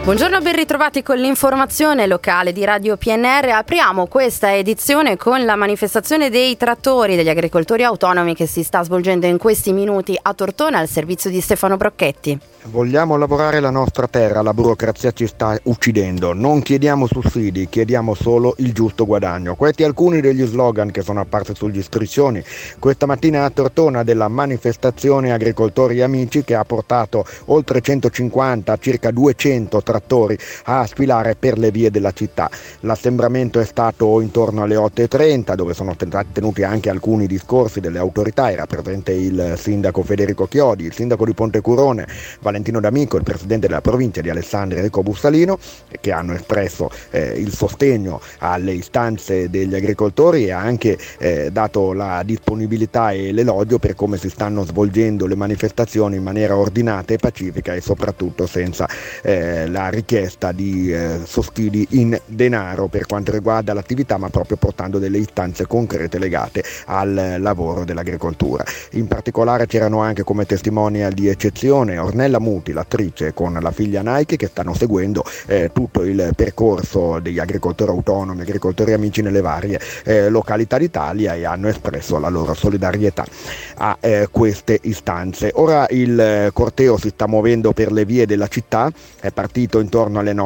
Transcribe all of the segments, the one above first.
Buongiorno, ben ritrovati con l'informazione locale di Radio PNR. Apriamo questa edizione con la manifestazione dei trattori degli agricoltori autonomi che si sta svolgendo in questi minuti a Tortona al servizio di Stefano Brocchetti. Vogliamo lavorare la nostra terra, la burocrazia ci sta uccidendo, non chiediamo sussidi, chiediamo solo il giusto guadagno. Questi alcuni degli slogan che sono apparsi sugli striscioni questa mattina a Tortona della manifestazione Agricoltori Amici, che ha portato oltre 150, circa 200 trattori a sfilare per le vie della città. L'assembramento è stato intorno alle 8:30, dove sono stati tenuti anche alcuni discorsi delle autorità. Era presente il sindaco Federico Chiodi, il sindaco di Pontecurone Valentino D'Amico, il presidente della provincia di Alessandria Enrico Bussalino, che hanno espresso il sostegno alle istanze degli agricoltori e ha anche dato la disponibilità e l'elogio per come si stanno svolgendo le manifestazioni in maniera ordinata e pacifica, e soprattutto senza la richiesta di sussidi in denaro per quanto riguarda l'attività, ma proprio portando delle istanze concrete legate al lavoro dell'agricoltura. In particolare c'erano anche come testimonial di eccezione Ornella Muti, l'attrice, con la figlia Nike, che stanno seguendo tutto il percorso degli agricoltori autonomi, agricoltori amici nelle varie località d'Italia, e hanno espresso la loro solidarietà a queste istanze. Ora il corteo si sta muovendo per le vie della città, è partito intorno alle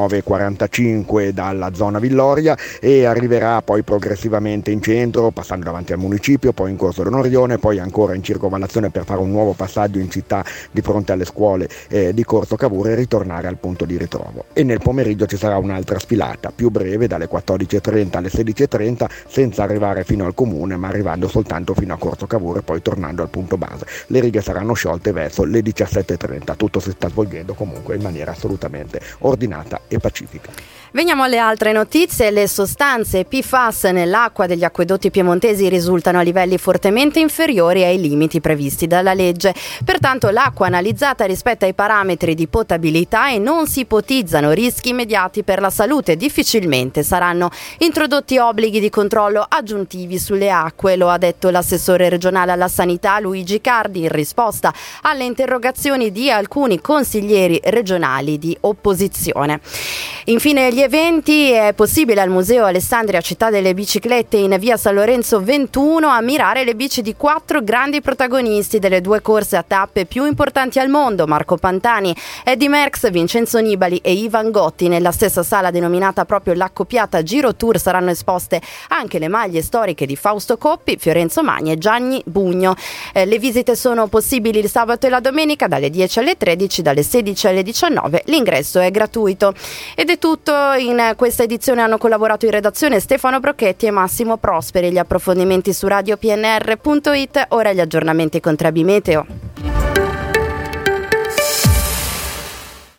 9:45 dalla zona Villoria e arriverà poi progressivamente in centro, passando davanti al municipio, poi in Corso d'Onorione, poi ancora in circonvallazione per fare un nuovo passaggio in città di fronte alle scuole di Corso Cavour e ritornare al punto di ritrovo. E nel pomeriggio ci sarà un'altra sfilata più breve, dalle 14:30 alle 16:30, senza arrivare fino al comune, ma arrivando soltanto fino a Corso Cavour e poi tornando al punto base. Le righe saranno sciolte verso le 17:30. Tutto si sta svolgendo comunque in maniera assolutamente ordinata e pacifica. Veniamo alle altre notizie. Le sostanze PFAS nell'acqua degli acquedotti piemontesi risultano a livelli fortemente inferiori ai limiti previsti dalla legge. Pertanto l'acqua analizzata rispetta i parametri di potabilità e non si ipotizzano rischi immediati per la salute. Difficilmente saranno introdotti obblighi di controllo aggiuntivi sulle acque, lo ha detto l'assessore regionale alla sanità Luigi Cardi in risposta alle interrogazioni di alcuni consiglieri regionali di opposizione. Infine gli eventi. È possibile al Museo Alessandria Città delle Biciclette in via San Lorenzo 21 ammirare le bici di 4 grandi protagonisti delle 2 corse a tappe più importanti al mondo: Marco Pantani, Eddy Merckx, Vincenzo Nibali e Ivan Gotti. Nella stessa sala denominata proprio l'accoppiata Giro Tour saranno esposte anche le maglie storiche di Fausto Coppi, Fiorenzo Magni e Gianni Bugno. Le visite sono possibili il sabato e la domenica dalle 10 alle 13, dalle 16 alle 19. L'ingresso è gratuito. Ed è tutto. In questa edizione hanno collaborato in redazione Stefano Brocchetti e Massimo Prosperi. Gli approfondimenti su radiopnr.it. Ora gli aggiornamenti con Trebi Meteo.